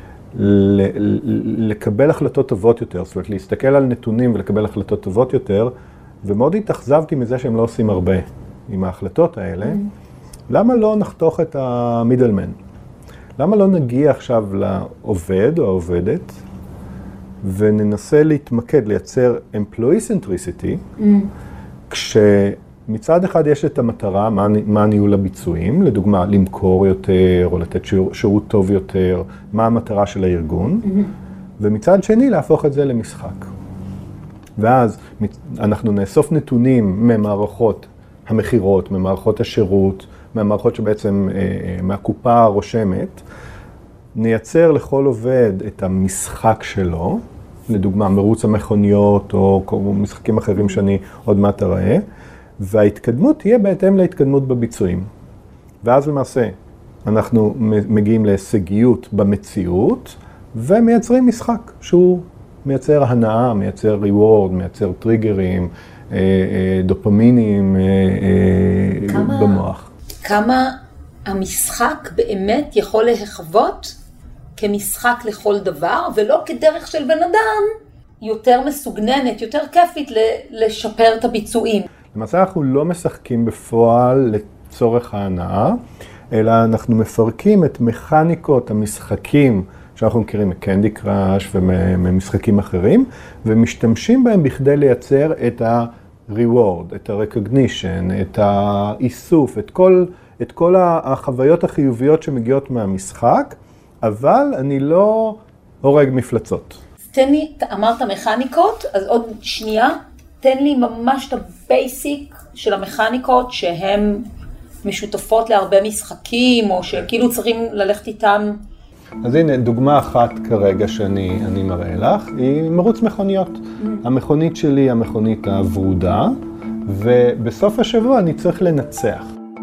לקבל החלטות טובות יותר, זאת אומרת, להסתכל על נתונים ולקבל החלטות טובות יותר, ומאוד התאכזבתי מזה שהם לא עושים הרבה עם ההחלטות האלה, למה לא נחתוך את המידלמן? למה לא נגיע עכשיו לעובד או העובדת, וננסה להתמקד, לייצר employee centricity, כשמצד אחד יש את המטרה, מה, מה ניהול הביצועים, לדוגמה, למכור יותר, או לתת שירות, שירות טוב יותר, מה המטרה של הארגון, mm-hmm. ומצד שני, להפוך את זה למשחק. ואז אנחנו נאסוף נתונים ממערכות המחירות, ממערכות השירות, מהמערכות שבעצם מהקופה הרושמת, נייצר לכל עובד את המשחק שלו, לדוגמה מרוץ המכוניות או משחקים אחרים שאני עוד מעט אראה, וההתקדמות תהיה בהתאם להתקדמות בביצועים. ואז למעשה אנחנו מגיעים להישגיות במציאות, ומייצרים משחק שהוא מייצר הנאה, מייצר ריוורד, מייצר טריגרים, דופמינים כמה, במוח. כמה המשחק באמת יכול להחוות כמשחק לכל דבר, ולא כדרך של בן אדם יותר מסוגננת, יותר כיפית לשפר את הביצועים. למעשה אנחנו לא משחקים בפועל לצורך ההנאה, אלא אנחנו מפרקים את מכניקות המשחקים שאנחנו מכירים מקנדי קראש וממשחקים אחרים, ומשתמשים בהם בכדי לייצר את ה-reward, את ה-recognition, את האיסוף, את כל, את כל החוויות החיוביות שמגיעות מהמשחק, אבל אני לא הורג מפלצות. תן לי, אמרת מכניקות, אז עוד שנייה, תן לי ממש את הבייסיק של המכניקות שהן משותפות להרבה משחקים, או שכאילו צריכים ללכת איתם. אז הנה, דוגמה אחת כרגע שאני אני מראה לך, היא מרוץ מכוניות. Mm. המכונית שלי היא המכונית הוורודה, ובסוף השבוע אני צריך לנצח.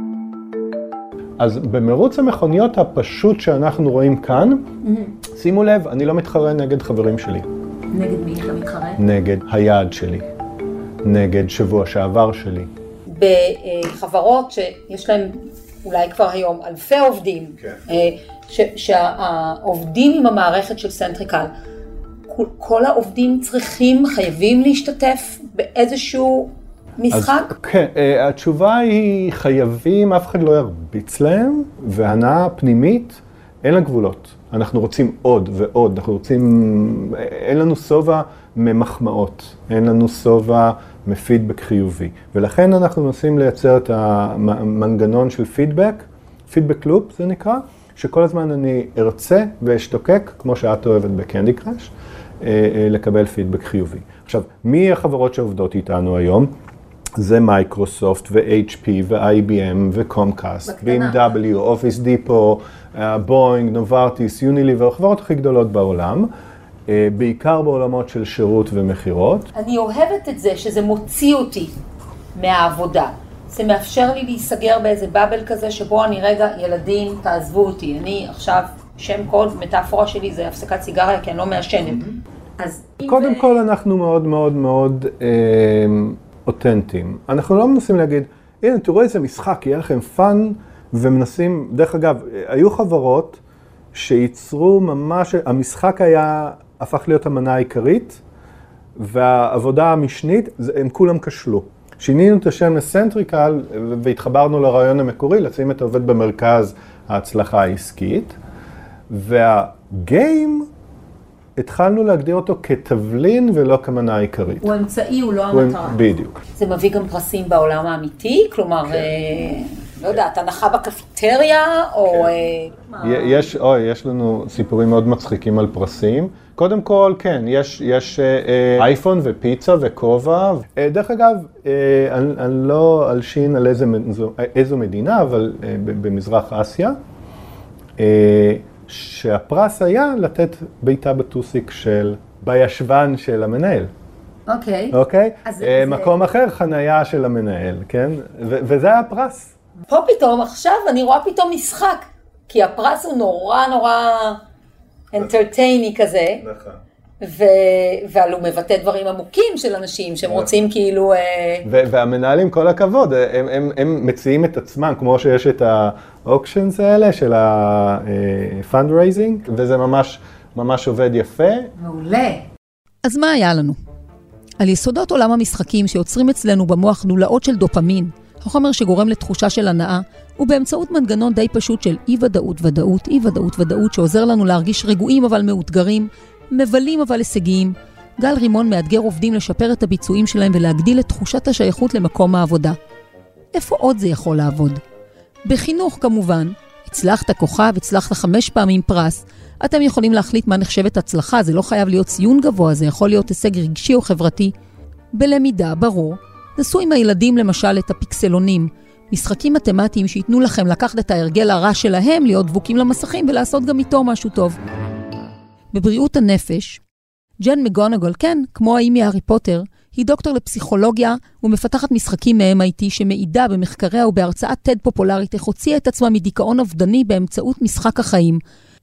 אז במרוץ המכוניות הפשוט שאנחנו רואים כאן, mm-hmm. שימו לב, אני לא מתחרה נגד חברים שלי. נגד מי אתה מתחרה? נגד היעד שלי, נגד שבוע שעבר שלי. בחברות שיש להם אולי כבר היום אלפי עובדים, כן. ש- שהעובדים עם המערכת של סנטריקל, כל, כל העובדים צריכים, חייבים להשתתף באיזשהו משחק? אז, כן, התשובה היא חייבים, אף אחד לא ירביץ להם, והנאה פנימית, אין לה גבולות. אנחנו רוצים עוד ועוד, אנחנו רוצים, אין לנו סובה ממחמאות, אין לנו סובה מפידבק חיובי. ולכן אנחנו מנסים לייצר את המנגנון של פידבק, פידבק לופ זה נקרא, שכל הזמן אני ארצה ואשתוקק, כמו שאת אוהבת בקנדי קראש, לקבל פידבק חיובי. עכשיו, מי החברות שעובדות איתנו היום? זה מייקרוסופט ו-אייץ' פי ו-איי בי אם וקומקאסט, בי אם דאבליו, אופיס דיפו, בוינג, נוברטיס, יוניליבר, החברות הכי גדולות בעולם, בעיקר בעולמות של שירות ומחירות. אני אוהבת את זה שזה מוציא אותי מהעבודה. זה מאפשר לי להיסגר באיזה בבל כזה שבו אני רגע, ילדים, תעזבו אותי. אני עכשיו, שם קוד, מטאפורה שלי זה הפסקת סיגריה כי אני לא מעשנת. אז קודם ו... כל אנחנו מאוד מאוד מאוד אה, אותנטיים. אנחנו לא מנסים להגיד, הנה תראו איזה משחק, יהיה לכם פאן, ומנסים, דרך אגב, היו חברות שייצרו ממש, המשחק היה, הפך להיות המנה העיקרית, והעבודה המשנית, הם כולם כשלו. שינינו את השם לסנטריקל, והתחברנו לרעיון המקורי, לשים את העובד במרכז ההצלחה העסקית, והגיים, התחלנו להגדיר אותו כתבלין ולא כמנה העיקרית. הוא אמצעי, הוא לא המטרה. בדיוק. זה מביא גם פרסים בעולם האמיתי, כלומר, כן. אה, לא יודעת, הנחה בקפיטריה, או... כן. אה, יש, אוי, יש לנו סיפורים מאוד מצחיקים על פרסים. קודם כל, כן, יש, יש אה, אייפון ופיצה וכובע. אה, דרך אגב, אה, אני, אני לא אלשין על איזה, איזו מדינה, אבל אה, במזרח אסיה, אה, שהפרס היה לתת ביתה בטוסיק של בישבן של המנהל. אוקיי. אוקיי? מקום אחר, חנייה של המנהל, כן? וזה היה הפרס. פה פתאום, עכשיו אני רואה פתאום משחק, כי הפרס הוא נורא נורא אנטרטייני כזה. נכון. אבל הוא מבטא דברים עמוקים של אנשים שהם רוצים כאילו... והמנהלים, כל הכבוד, הם מציעים את עצמם, כמו שיש את האוקשנס האלה של ה-fundraising, וזה ממש, ממש עובד יפה. מעולה. אז מה היה לנו? על יסודות עולם המשחקים שיוצרים אצלנו במוח נולאות של דופמין, החומר שגורם לתחושה של הנאה, ובאמצעות מנגנון די פשוט של אי-ודאות ודאות, אי-ודאות ודאות, שעוזר לנו להרגיש רגועים אבל מאותגרים, מבלים אבל הישגיים. גל רימון מאתגר עובדים לשפר את הביצועים שלהם ולהגדיל את תחושת השייכות למקום העבודה. איפה עוד זה יכול לעבוד? בחינוך כמובן. הצלחת כוכב, הצלחת חמש פעמים פרס. אתם יכולים להחליט מה נחשבת הצלחה, זה לא חייב להיות ציון גבוה, זה יכול להיות הישג רגשי או חברתי. בלמידה, ברור. נסו עם הילדים למשל את הפיקסלונים, משחקים מתמטיים שיתנו לכם לקחת את ההרגל הרע שלהם, להיות דבוקים למסכים ולעשות גם איתו משהו טוב. בבריאות הנפש, ג'ן מגונגל, כן, כמו האי מהארי פוטר, היא דוקטור לפסיכולוגיה ומפתחת משחקים מ-אם איי טי שמעידה במחקריה ובהרצאת טד פופולרית איך הוציאה את עצמה מדיכאון אובדני באמצעות משחק החיים.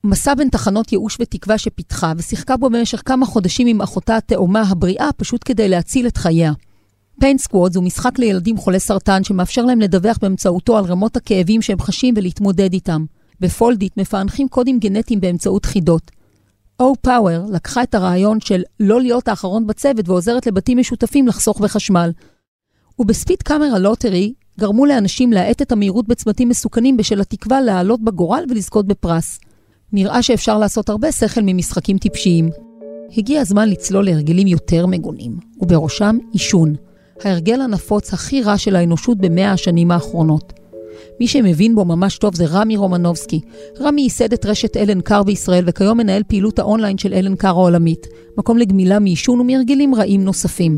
מסע בין תחנות ייאוש ותקווה שפיתחה, ושיחקה בו במשך כמה חודשים עם אחותה התאומה הבריאה, פשוט כדי להציל את חייה. פיין סקוואדס הוא משחק לילדים חולי סרטן, שמאפשר להם לדווח באמצעותו על רמות הכאבים שהם חשים ולהתמודד איתם. בפולדיט מפענחים קודים גנטיים באמצעות חידות. או-פאוור לקחה את הרעיון של לא להיות האחרון בצוות ועוזרת לבתים משותפים לחסוך בחשמל. ובספיד קאמרה לוטרי גרמו לאנשים להאט את המהירות בצמתים מסוכנים בשל התקווה לעלות בגורל ולזכות בפרס. נראה שאפשר לעשות הרבה שכל ממשחקים טיפשיים. הגיע הזמן לצלול להרגלים יותר מגונים, ובראשם עישון. ההרגל הנפוץ הכי רע של האנושות במאה השנים האחרונות. מי שמבין בו ממש טוב זה רמי רומנובסקי. רמי ייסד את רשת אלן קאר בישראל, וכיום מנהל פעילות האונליין של אלן קאר העולמית, מקום לגמילה מעישון ומהרגלים רעים נוספים.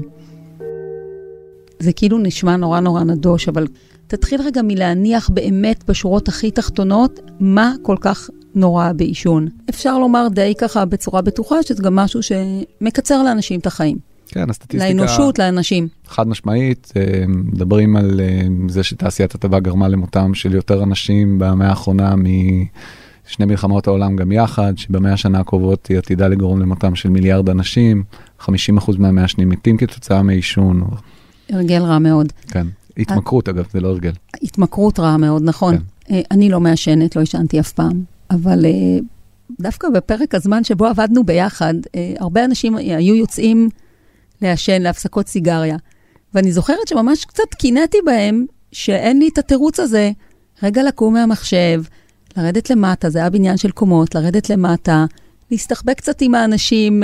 זה כאילו נשמע נורא נורא נדוש, אבל תתחיל רגע מלהניח באמת בשורות הכי תחתונות, מה כל כך נורא בעישון. אפשר לומר די ככה בצורה בטוחה, שזה גם משהו שמקצר לאנשים את החיים. כן, הסטטיסטיקה... לאנושות, לאנשים. חד משמעית, מדברים על זה שתעשיית הטבק גרמה למותם של יותר אנשים במאה האחרונה משני מלחמות העולם גם יחד, שבמאה השנה הקרובות היא עתידה לגרום למותם של מיליארד אנשים, חמישים אחוז מהמעשנים מתים כתוצאה מעישון. הרגל רע מאוד. כן, התמכרות אגב, זה לא הרגל. התמכרות רע מאוד, נכון. כן. אני לא מעשנת, לא ישנתי אף פעם, אבל דווקא בפרק הזמן שבו עבדנו ביחד, הרבה אנשים היו יוצאים לעשן, להפסקות סיגריה. ואני זוכרת שממש קצת קינאתי בהם, שאין לי את התירוץ הזה, רגע לקום מהמחשב, לרדת למטה, זה היה בניין של קומות, לרדת למטה, להסתחבק קצת עם האנשים,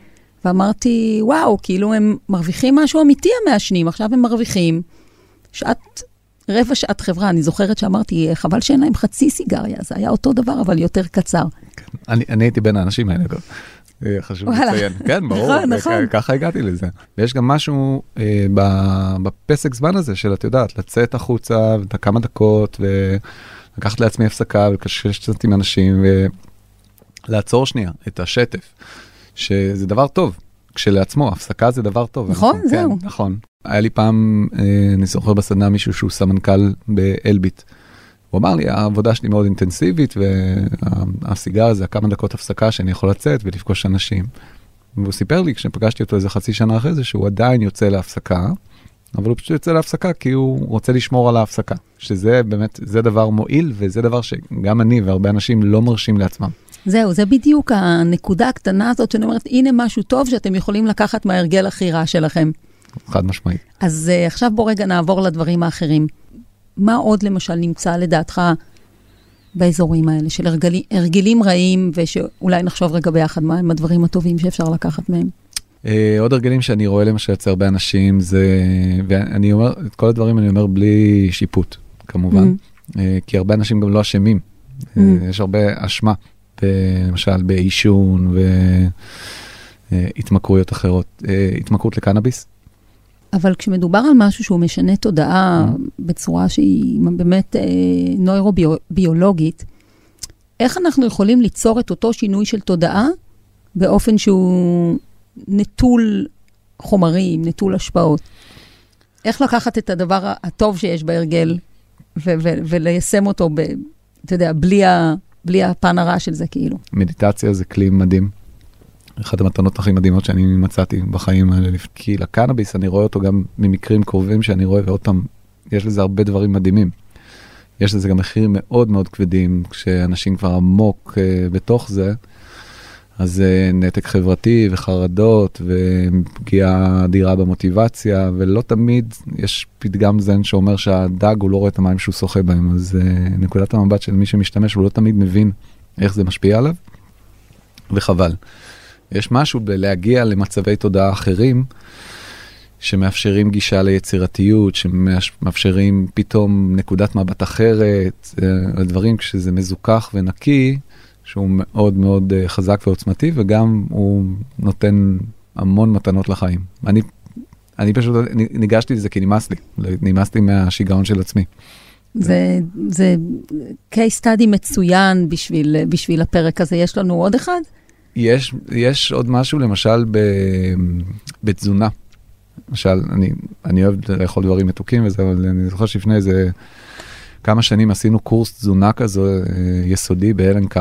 ואמרתי, וואו, כאילו הם מרוויחים משהו אמיתי המעשנים, עכשיו הם מרוויחים שעת, רבע שעת חברה. אני זוכרת שאמרתי, חבל שאין להם חצי סיגריה, זה היה אותו דבר, אבל יותר קצר. כן. אני, אני הייתי בין האנשים האלה, חשוב לציין. כן, ברור, נכון, נכון. ככה הגעתי לזה. ויש גם משהו אה, בפסק זמן הזה של, את יודעת, לצאת החוצה, כמה דקות, ולקחת לעצמי הפסקה, ולקשקש קצת עם אנשים, ולעצור שנייה את השטף, שזה דבר טוב. כשלעצמו, הפסקה זה דבר טוב. נכון, אנחנו, זהו. כן, נכון. היה לי פעם, אה, אני זוכר בסדנה מישהו שהוא סמנכ"ל באלביט, הוא אמר לי, העבודה שלי מאוד אינטנסיבית, והסיגר זה כמה דקות הפסקה שאני יכול לצאת ולפגוש אנשים. והוא סיפר לי, כשפגשתי אותו איזה חצי שנה אחרי זה, שהוא עדיין יוצא להפסקה, אבל הוא פשוט יוצא להפסקה כי הוא רוצה לשמור על ההפסקה. שזה באמת, זה דבר מועיל, וזה דבר שגם אני והרבה אנשים לא מרשים לעצמם. זהו, זה בדיוק הנקודה הקטנה הזאת, שאני אומרת, הנה משהו טוב שאתם יכולים לקחת מההרגל הכי רע שלכם. חד משמעית. אז uh, עכשיו בוא רגע נעבור לדברים האחרים. מה עוד למשל נמצא לדעתך באזורים האלה של הרגלים, הרגלים רעים, ושאולי נחשוב רגע ביחד מה הם הדברים הטובים שאפשר לקחת מהם? Uh, עוד הרגלים שאני רואה למשל יוצא הרבה אנשים, זה, ואני אומר, את כל הדברים אני אומר בלי שיפוט, כמובן, mm-hmm. uh, כי הרבה אנשים גם לא אשמים. Mm-hmm. Uh, יש הרבה אשמה, למשל בעישון והתמכרויות אחרות. Uh, התמכרות לקנאביס. אבל כשמדובר על משהו שהוא משנה תודעה mm. בצורה שהיא באמת אה, נוירוביולוגית, איך אנחנו יכולים ליצור את אותו שינוי של תודעה באופן שהוא נטול חומרים, נטול השפעות? איך לקחת את הדבר הטוב שיש בהרגל ו- ו- וליישם אותו, ב- אתה יודע, בלי, ה- בלי הפן הרע של זה כאילו? מדיטציה זה כלי מדהים. אחת המתנות הכי מדהימות שאני מצאתי בחיים האלה, כי לקנאביס אני רואה אותו גם ממקרים קרובים שאני רואה, ועוד פעם, יש לזה הרבה דברים מדהימים. יש לזה גם מחירים מאוד מאוד כבדים, כשאנשים כבר עמוק uh, בתוך זה, אז uh, נתק חברתי וחרדות, ופגיעה אדירה במוטיבציה, ולא תמיד יש פתגם זן שאומר שהדג הוא לא רואה את המים שהוא שוחה בהם, אז uh, נקודת המבט של מי שמשתמש, הוא לא תמיד מבין איך זה משפיע עליו, וחבל. יש משהו בלהגיע למצבי תודעה אחרים, שמאפשרים גישה ליצירתיות, שמאפשרים פתאום נקודת מבט אחרת, הדברים כשזה מזוכח ונקי, שהוא מאוד מאוד חזק ועוצמתי, וגם הוא נותן המון מתנות לחיים. אני, אני פשוט ניגשתי לזה כי נמאס לי, נמאס לי מהשיגעון של עצמי. זה, זה case study מצוין בשביל, בשביל הפרק הזה. יש לנו עוד אחד? יש, יש עוד משהו, למשל, ב, בתזונה. למשל, אני, אני אוהב לאכול דברים מתוקים וזה, אבל אני זוכר שלפני איזה כמה שנים עשינו קורס תזונה כזה יסודי באלן קאר,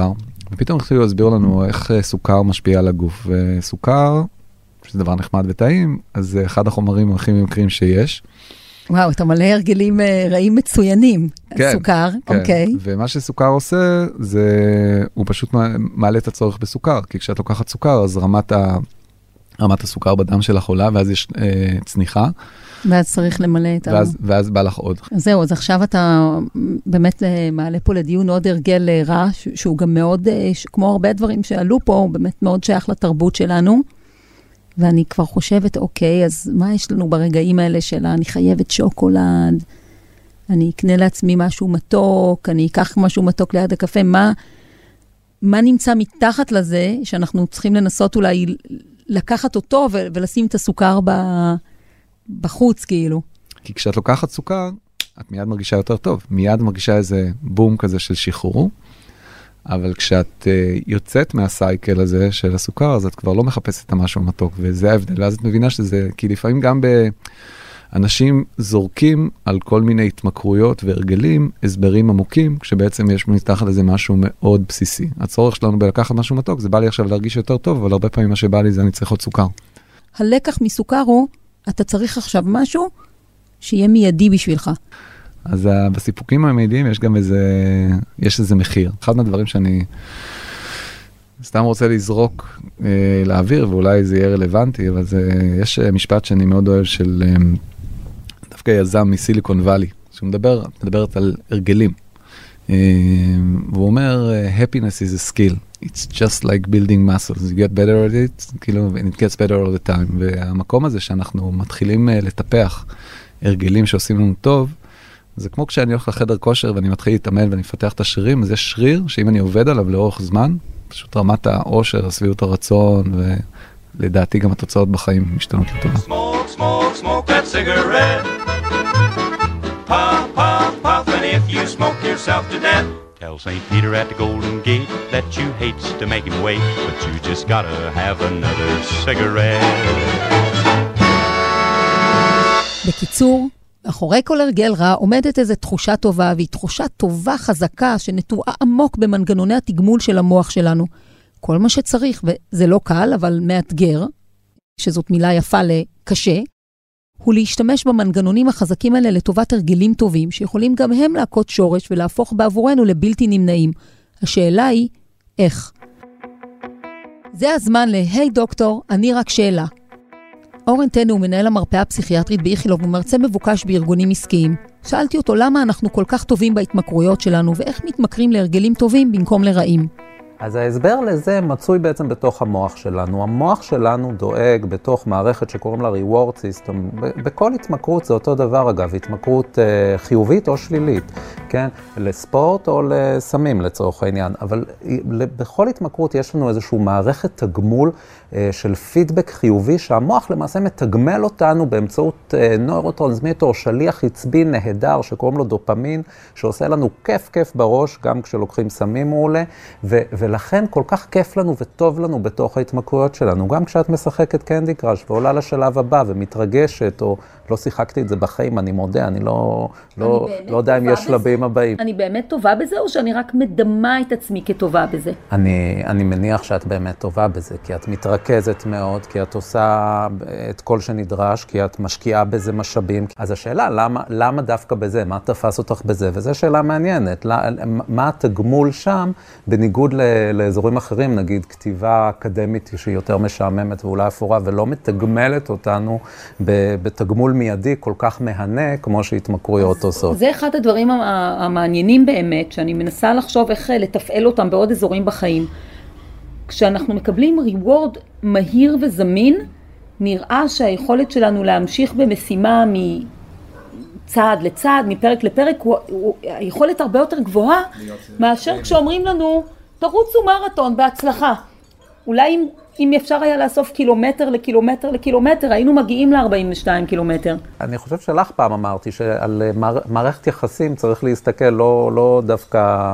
ופתאום התחילו להסביר לנו איך סוכר משפיע על הגוף, וסוכר, שזה דבר נחמד וטעים, אז זה אחד החומרים הכי ממכרים שיש. וואו, אתה מלא הרגלים רעים מצוינים. כן, סוכר, כן. אוקיי. ומה שסוכר עושה, זה, הוא פשוט מעלה את הצורך בסוכר, כי כשאת לוקחת סוכר, אז רמת, ה, רמת הסוכר בדם שלך עולה, ואז יש אה, צניחה. ואז צריך למלא את ה... ואז, ואז בא לך עוד. זהו, אז עכשיו אתה באמת מעלה פה לדיון עוד הרגל רע, שהוא גם מאוד, כמו הרבה דברים שעלו פה, הוא באמת מאוד שייך לתרבות שלנו. ואני כבר חושבת, אוקיי, אז מה יש לנו ברגעים האלה שלה? אני חייבת שוקולד, אני אקנה לעצמי משהו מתוק, אני אקח משהו מתוק ליד הקפה. מה, מה נמצא מתחת לזה, שאנחנו צריכים לנסות אולי לקחת אותו ו- ולשים את הסוכר ב... בחוץ, כאילו? כי כשאת לוקחת סוכר, את מיד מרגישה יותר טוב. מיד מרגישה איזה בום כזה של שחרור. אבל כשאת uh, יוצאת מהסייקל הזה של הסוכר, אז את כבר לא מחפשת את המשהו המתוק, וזה ההבדל. ואז את מבינה שזה, כי לפעמים גם באנשים זורקים על כל מיני התמכרויות והרגלים, הסברים עמוקים, כשבעצם יש מתחת לזה משהו מאוד בסיסי. הצורך שלנו בלקחת משהו מתוק, זה בא לי עכשיו להרגיש יותר טוב, אבל הרבה פעמים מה שבא לי זה אני צריך עוד סוכר. הלקח מסוכר הוא, אתה צריך עכשיו משהו שיהיה מיידי בשבילך. אז בסיפוקים המיידיים יש גם איזה, יש איזה מחיר. אחד מהדברים שאני סתם רוצה לזרוק אה, לאוויר, ואולי זה יהיה רלוונטי, אבל זה, יש משפט שאני מאוד אוהב של אה, דווקא יזם מסיליקון ואלי, שהוא מדבר, מדברת על הרגלים. אה, והוא אומר, happiness is a skill. It's just like building muscles. You get better at it, כאילו, and it gets better all the time. והמקום הזה שאנחנו מתחילים אה, לטפח הרגלים שעושים לנו טוב, זה כמו כשאני הולך לחדר כושר ואני מתחיל להתאמן ואני מפתח את השרירים, אז יש שריר שאם אני עובד עליו לאורך זמן, פשוט רמת העושר, הסביעות הרצון, ולדעתי גם התוצאות בחיים משתנות לטובה. Smoke, smoke, smoke that cigarette. Puff, puff, puff, and if you smoke yourself to death, tell Saint Peter at the Golden Gate that you hates to make him wait, but you just gotta have another cigarette. בקיצור, אחורי כל הרגל רע עומדת איזו תחושה טובה, והיא תחושה טובה חזקה שנטועה עמוק במנגנוני התגמול של המוח שלנו. כל מה שצריך, וזה לא קל, אבל מאתגר, שזאת מילה יפה לקשה, הוא להשתמש במנגנונים החזקים האלה לטובת הרגלים טובים, שיכולים גם הם להכות שורש ולהפוך בעבורנו לבלתי נמנעים. השאלה היא, איך? זה הזמן להי דוקטור, אני רק שאלה. אורן טנא הוא מנהל המרפאה הפסיכיאטרית באיכילוב ומרצה מבוקש בארגונים עסקיים. שאלתי אותו למה אנחנו כל כך טובים בהתמכרויות שלנו ואיך מתמכרים להרגלים טובים במקום לרעים. אז ההסבר לזה מצוי בעצם בתוך המוח שלנו. המוח שלנו דואג בתוך מערכת שקוראים לה reward system. בכל התמכרות זה אותו דבר אגב, התמכרות uh, חיובית או שלילית, כן? לספורט או לסמים לצורך העניין. אבל בכל התמכרות יש לנו איזושהי מערכת תגמול uh, של פידבק חיובי, שהמוח למעשה מתגמל אותנו באמצעות uh, נוירוטרנסמיטר, שליח עצבי נהדר שקוראים לו דופמין, שעושה לנו כיף כיף בראש, גם כשלוקחים סמים מעולה, ו- ולכן כל כך כיף לנו וטוב לנו בתוך ההתמכרויות שלנו. גם כשאת משחקת קנדי קראש ועולה לשלב הבא ומתרגשת, או לא שיחקתי את זה בחיים, אני מודה, אני לא, לא, לא יודע אם יש שלבים הבאים. אני באמת טובה בזה, או שאני רק מדמה את עצמי כטובה בזה? אני, אני מניח שאת באמת טובה בזה, כי את מתרכזת מאוד, כי את עושה את כל שנדרש, כי את משקיעה בזה משאבים. אז השאלה, למה, למה דווקא בזה? מה תפס אותך בזה? וזו שאלה מעניינת. מה התגמול שם, בניגוד לאזורים אחרים, נגיד כתיבה אקדמית שהיא יותר משעממת ואולי אפורה, ולא מתגמלת אותנו בתגמול מיידי כל כך מהנה, כמו שהתמכרויות עושות. זה אחד הדברים המעניינים באמת, שאני מנסה לחשוב איך לתפעל אותם בעוד אזורים בחיים. כשאנחנו מקבלים ריוורד מהיר וזמין, נראה שהיכולת שלנו להמשיך במשימה מצעד לצעד, מפרק לפרק, הוא, הוא, היכולת הרבה יותר גבוהה, מאשר כשאומרים לנו, תרוצו מרתון בהצלחה. אולי אם, אם אפשר היה לאסוף קילומטר לקילומטר לקילומטר, היינו מגיעים ל-ארבעים ושתיים קילומטר. אני חושב שלך פעם אמרתי שעל מערכת יחסים צריך להסתכל לא, לא דווקא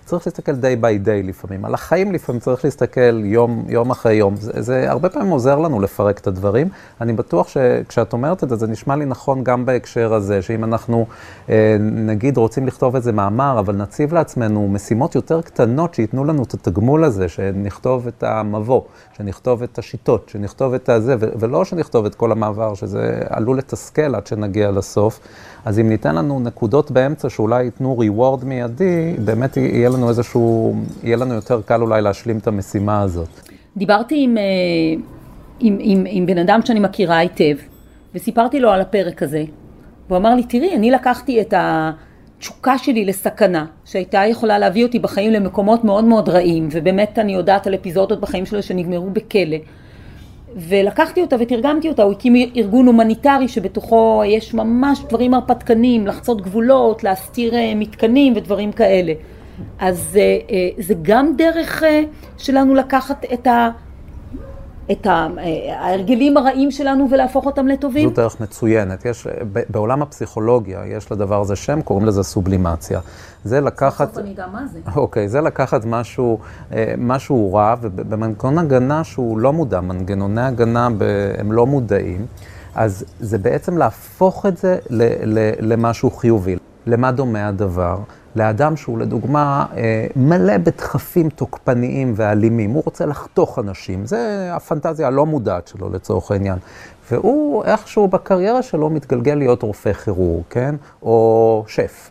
צריך להסתכל day by day לפעמים. על החיים לפעמים צריך להסתכל יום, יום אחרי יום. זה, זה הרבה פעמים עוזר לנו לפרק את הדברים. אני בטוח שכשאת אומרת את זה, זה נשמע לי נכון גם בהקשר הזה, שאם אנחנו אה, נגיד רוצים לכתוב איזה מאמר, אבל נציב לעצמנו משימות יותר קטנות שיתנו לנו את התגמול הזה, שנכתוב את המבוא, שנכתוב את השיטות, שנכתוב את הזה, ו- ולא שנכתוב את כל המעבר, שזה עלול לתסכל עד שנגיע לסוף. אז אם ניתן לנו נקודות באמצע שאולי ייתנו ריוורד מיידי, באמת יהיה לנו איזשהו, יהיה לנו יותר קל אולי להשלים את המשימה הזאת. דיברתי עם, עם, עם, עם בן אדם שאני מכירה היטב, וסיפרתי לו על הפרק הזה. והוא אמר לי, תראי, אני לקחתי את התשוקה שלי לסכנה, שהייתה יכולה להביא אותי בחיים למקומות מאוד מאוד רעים, ובאמת אני יודעת על אפיזודות בחיים שלו שנגמרו בכלא. ולקחתי אותה ותרגמתי אותה, הוא הקים ארגון הומניטרי שבתוכו יש ממש דברים הרפתקנים, לחצות גבולות, להסתיר מתקנים ודברים כאלה. אז זה גם דרך שלנו לקחת את ה... את ההרגלים הרעים שלנו ולהפוך אותם לטובים? זו דרך מצוינת. יש, בעולם הפסיכולוגיה יש לדבר הזה שם, קוראים לזה סובלימציה. זה לקחת... בסוף אני גם מה זה. אוקיי, זה לקחת משהו, משהו רע, ובמנגנון הגנה שהוא לא מודע, מנגנוני הגנה הם לא מודעים, אז זה בעצם להפוך את זה למשהו חיובי. למה דומה הדבר? לאדם שהוא לדוגמה מלא בדחפים תוקפניים ואלימים, הוא רוצה לחתוך אנשים, זה הפנטזיה הלא מודעת שלו לצורך העניין. והוא איכשהו בקריירה שלו מתגלגל להיות רופא כירורג, כן? או שף.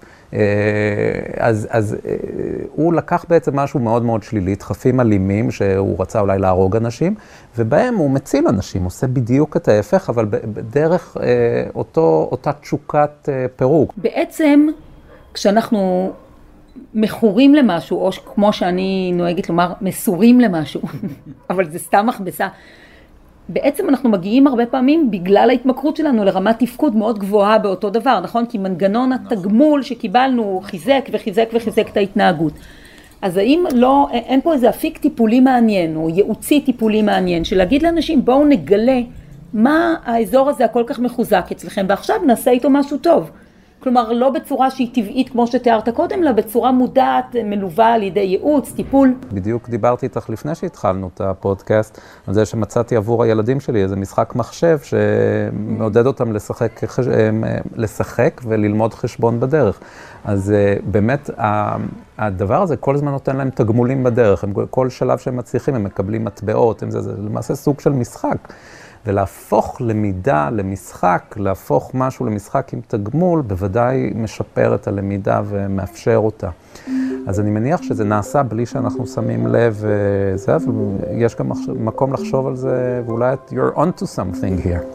אז, אז הוא לקח בעצם משהו מאוד מאוד שלילי, דחפים אלימים שהוא רצה אולי להרוג אנשים, ובהם הוא מציל אנשים, עושה בדיוק את ההפך, אבל בדרך אותו, אותה תשוקת פירוק. בעצם כשאנחנו מכורים למשהו, או כמו שאני נוהגת לומר, מסורים למשהו, אבל זה סתם מכבסה, בעצם אנחנו מגיעים הרבה פעמים בגלל ההתמכרות שלנו לרמת תפקוד מאוד גבוהה באותו דבר, נכון? כי מנגנון התגמול שקיבלנו חיזק וחיזק וחיזק את ההתנהגות. אז האם לא, אין פה איזה אפיק טיפולי מעניין, או ייעוצי טיפולי מעניין, של להגיד לאנשים בואו נגלה מה האזור הזה הכל כך מחוזק אצלכם, ועכשיו נעשה איתו משהו טוב. כלומר, לא בצורה שהיא טבעית כמו שתיארת קודם, אלא בצורה מודעת, מלווה על ידי ייעוץ, טיפול. בדיוק דיברתי איתך לפני שהתחלנו את הפודקאסט, על זה שמצאתי עבור הילדים שלי איזה משחק מחשב שמעודד אותם לשחק, לשחק וללמוד חשבון בדרך. אז באמת הדבר הזה כל הזמן נותן להם תגמולים בדרך, הם, כל שלב שהם מצליחים הם מקבלים מטבעות, זה, זה למעשה סוג של משחק. ולהפוך למידה למשחק, להפוך משהו למשחק עם תגמול, בוודאי משפר את הלמידה ומאפשר אותה. אז אני מניח שזה נעשה בלי שאנחנו שמים לב, וזה, אבל יש גם מקום לחשוב על זה, ואולי you're on to something here.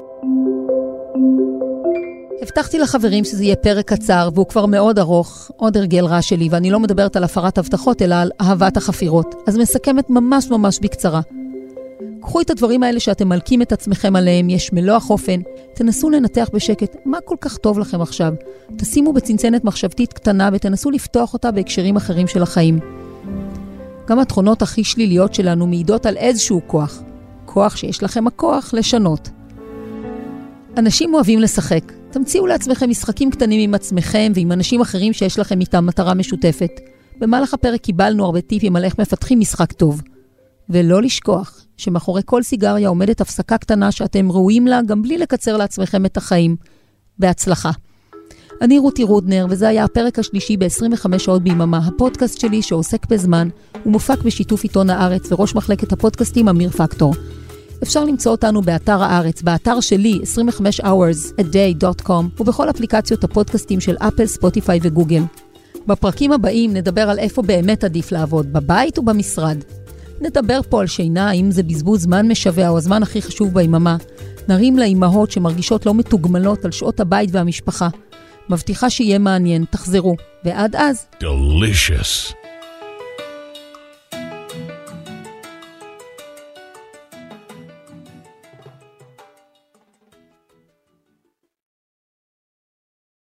הבטחתי לחברים שזה יהיה פרק קצר, והוא כבר מאוד ארוך, עוד הרגל רע שלי, ואני לא מדברת על הפרת הבטחות, אלא על אהבת החפירות. אז מסכמת ממש ממש בקצרה. קחו את הדברים האלה שאתם מלכים את עצמכם עליהם, יש מלוא אופן, תנסו לנתח בשקט מה כל כך טוב לכם עכשיו. תשימו בצנצנת מחשבתית קטנה ותנסו לפתוח אותה בהקשרים אחרים של החיים. גם התכונות הכי שליליות שלנו מעידות על איזשהו כוח. כוח שיש לכם הכוח לשנות. אנשים אוהבים לשחק. תמציאו לעצמכם משחקים קטנים עם עצמכם ועם אנשים אחרים שיש לכם איתם מטרה משותפת. במהלך הפרק קיבלנו הרבה טיפים על איך מפתחים משחק טוב. ולא לשכוח שמאחורי כל סיגריה עומדת הפסקה קטנה שאתם ראויים לה גם בלי לקצר לעצמכם את החיים. בהצלחה. אני רותי רודנר, וזה היה הפרק השלישי ב-עשרים וחמש שעות ביממה, הפודקאסט שלי שעוסק בזמן, ומופק בשיתוף עיתון הארץ וראש מחלקת הפודקאסטים אמיר פקטור. אפשר למצוא אותנו באתר הארץ, באתר שלי עשרים וחמש hours a day dot com, ובכל אפליקציות הפודקאסטים של אפל, ספוטיפיי וגוגל. בפרקים הבאים נדבר על איפה באמת עדיף לעבוד, בבית ובמשרד. נדבר פה על שינה, האם זה בזבוז זמן משווה או הזמן הכי חשוב ביממה. נרים לאימהות שמרגישות לא מתוגמלות על שעות הבית והמשפחה. מבטיחה שיהיה מעניין, תחזרו. ועד אז... Delicious.